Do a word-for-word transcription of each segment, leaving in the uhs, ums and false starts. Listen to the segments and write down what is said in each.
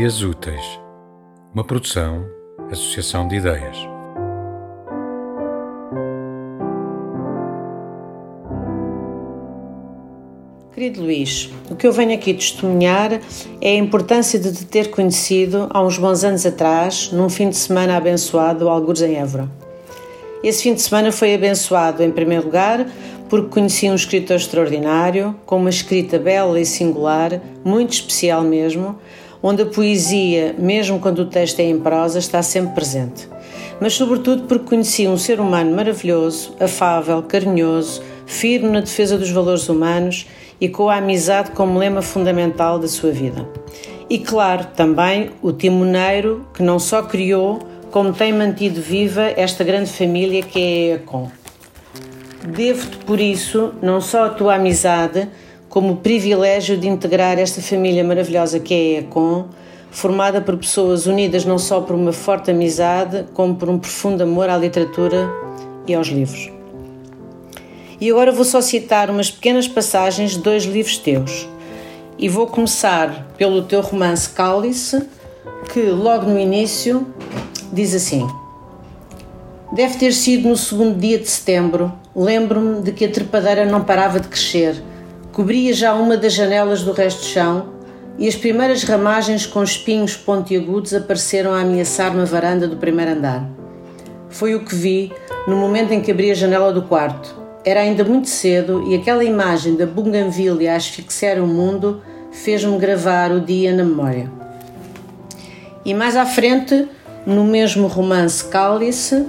Ideias Úteis, uma produção, associação de ideias. Querido Luís, o que eu venho aqui testemunhar é a importância de te ter conhecido há uns bons anos atrás, num fim de semana abençoado, algures em Évora. Esse fim de semana foi abençoado, em primeiro lugar, porque conheci um escritor extraordinário, com uma escrita bela e singular, muito especial mesmo, onde a poesia, mesmo quando o texto é em prosa, está sempre presente. Mas sobretudo porque conheci um ser humano maravilhoso, afável, carinhoso, firme na defesa dos valores humanos e com a amizade como lema fundamental da sua vida. E claro, também o timoneiro que não só criou, como tem mantido viva esta grande família que é a EACOM. Devo-te, por isso, não só a tua amizade, como o privilégio de integrar esta família maravilhosa que é a EACOM, formada por pessoas unidas não só por uma forte amizade, como por um profundo amor à literatura e aos livros. E agora vou só citar umas pequenas passagens de dois livros teus. E vou começar pelo teu romance Cálice, que logo no início diz assim: deve ter sido no segundo dia de setembro. Lembro-me de que a trepadeira não parava de crescer, cobria já uma das janelas do resto do chão e as primeiras ramagens com espinhos pontiagudos apareceram a ameaçar-me a varanda do primeiro andar. Foi o que vi no momento em que abri a janela do quarto. Era ainda muito cedo e aquela imagem da buganvília a asfixiar o mundo fez-me gravar o dia na memória. E mais à frente, no mesmo romance Cálice,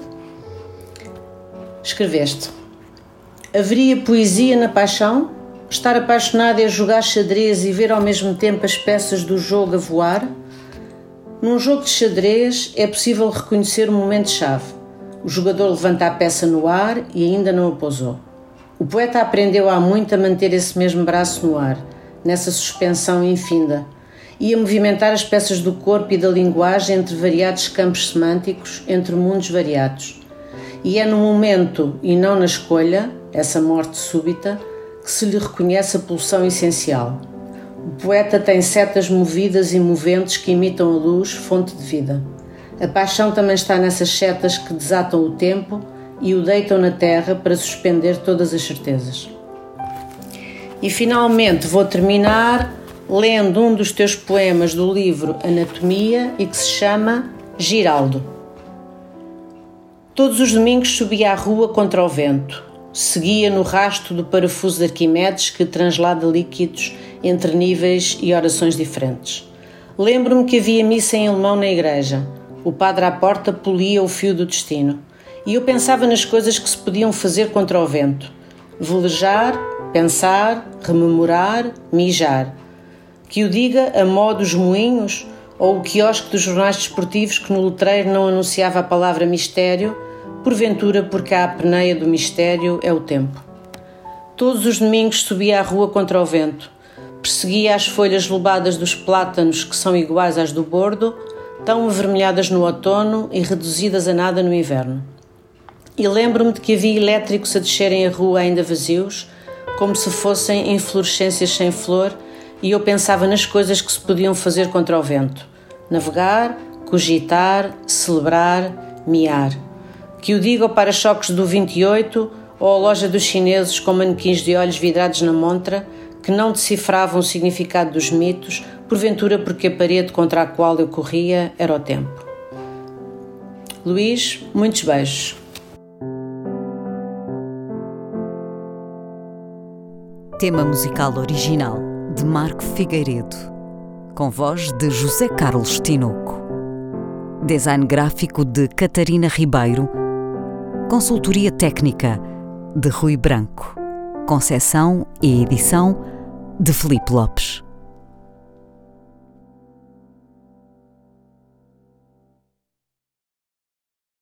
escreveste: haveria poesia na paixão? Estar apaixonado é jogar xadrez e ver ao mesmo tempo as peças do jogo a voar? Num jogo de xadrez é possível reconhecer o momento-chave. O jogador levanta a peça no ar e ainda não a pousou. O poeta aprendeu há muito a manter esse mesmo braço no ar, nessa suspensão infinda, e a movimentar as peças do corpo e da linguagem entre variados campos semânticos, entre mundos variados. E é no momento e não na escolha, essa morte súbita, que se lhe reconhece a pulsão essencial. O poeta tem setas movidas e moventes que imitam a luz, fonte de vida. A paixão também está nessas setas que desatam o tempo e o deitam na terra para suspender todas as certezas. E finalmente vou terminar lendo um dos teus poemas do livro Anatomia e que se chama Giraldo. Todos os domingos subia à rua contra o vento. Seguia no rasto do parafuso de Arquimedes que translada líquidos entre níveis e orações diferentes. Lembro-me que havia missa em alemão na igreja. O padre à porta polia o fio do destino. E eu pensava nas coisas que se podiam fazer contra o vento. Velejar, pensar, rememorar, mijar. Que o diga a modo dos moinhos ou o quiosque dos jornais desportivos que no letreiro não anunciava a palavra mistério, porventura porque a apneia do mistério é o tempo. Todos os domingos subia à rua contra o vento. Perseguia as folhas lobadas dos plátanos que são iguais às do bordo, tão avermelhadas no outono e reduzidas a nada no inverno. E lembro-me de que havia elétricos a descerem a rua ainda vazios, como se fossem inflorescências sem flor, e eu pensava nas coisas que se podiam fazer contra o vento. Navegar, cogitar, celebrar, miar. Que o diga ao para-choques do vinte e oito ou à loja dos chineses com manequins de olhos vidrados na montra, que não decifravam o significado dos mitos, porventura porque a parede contra a qual eu corria era o tempo. Luís, muitos beijos. Tema musical original de Marco Figueiredo, com voz de José Carlos Tinoco. Design gráfico de Catarina Ribeiro. Consultoria técnica de Rui Branco. Conceção e edição de Filipe Lopes.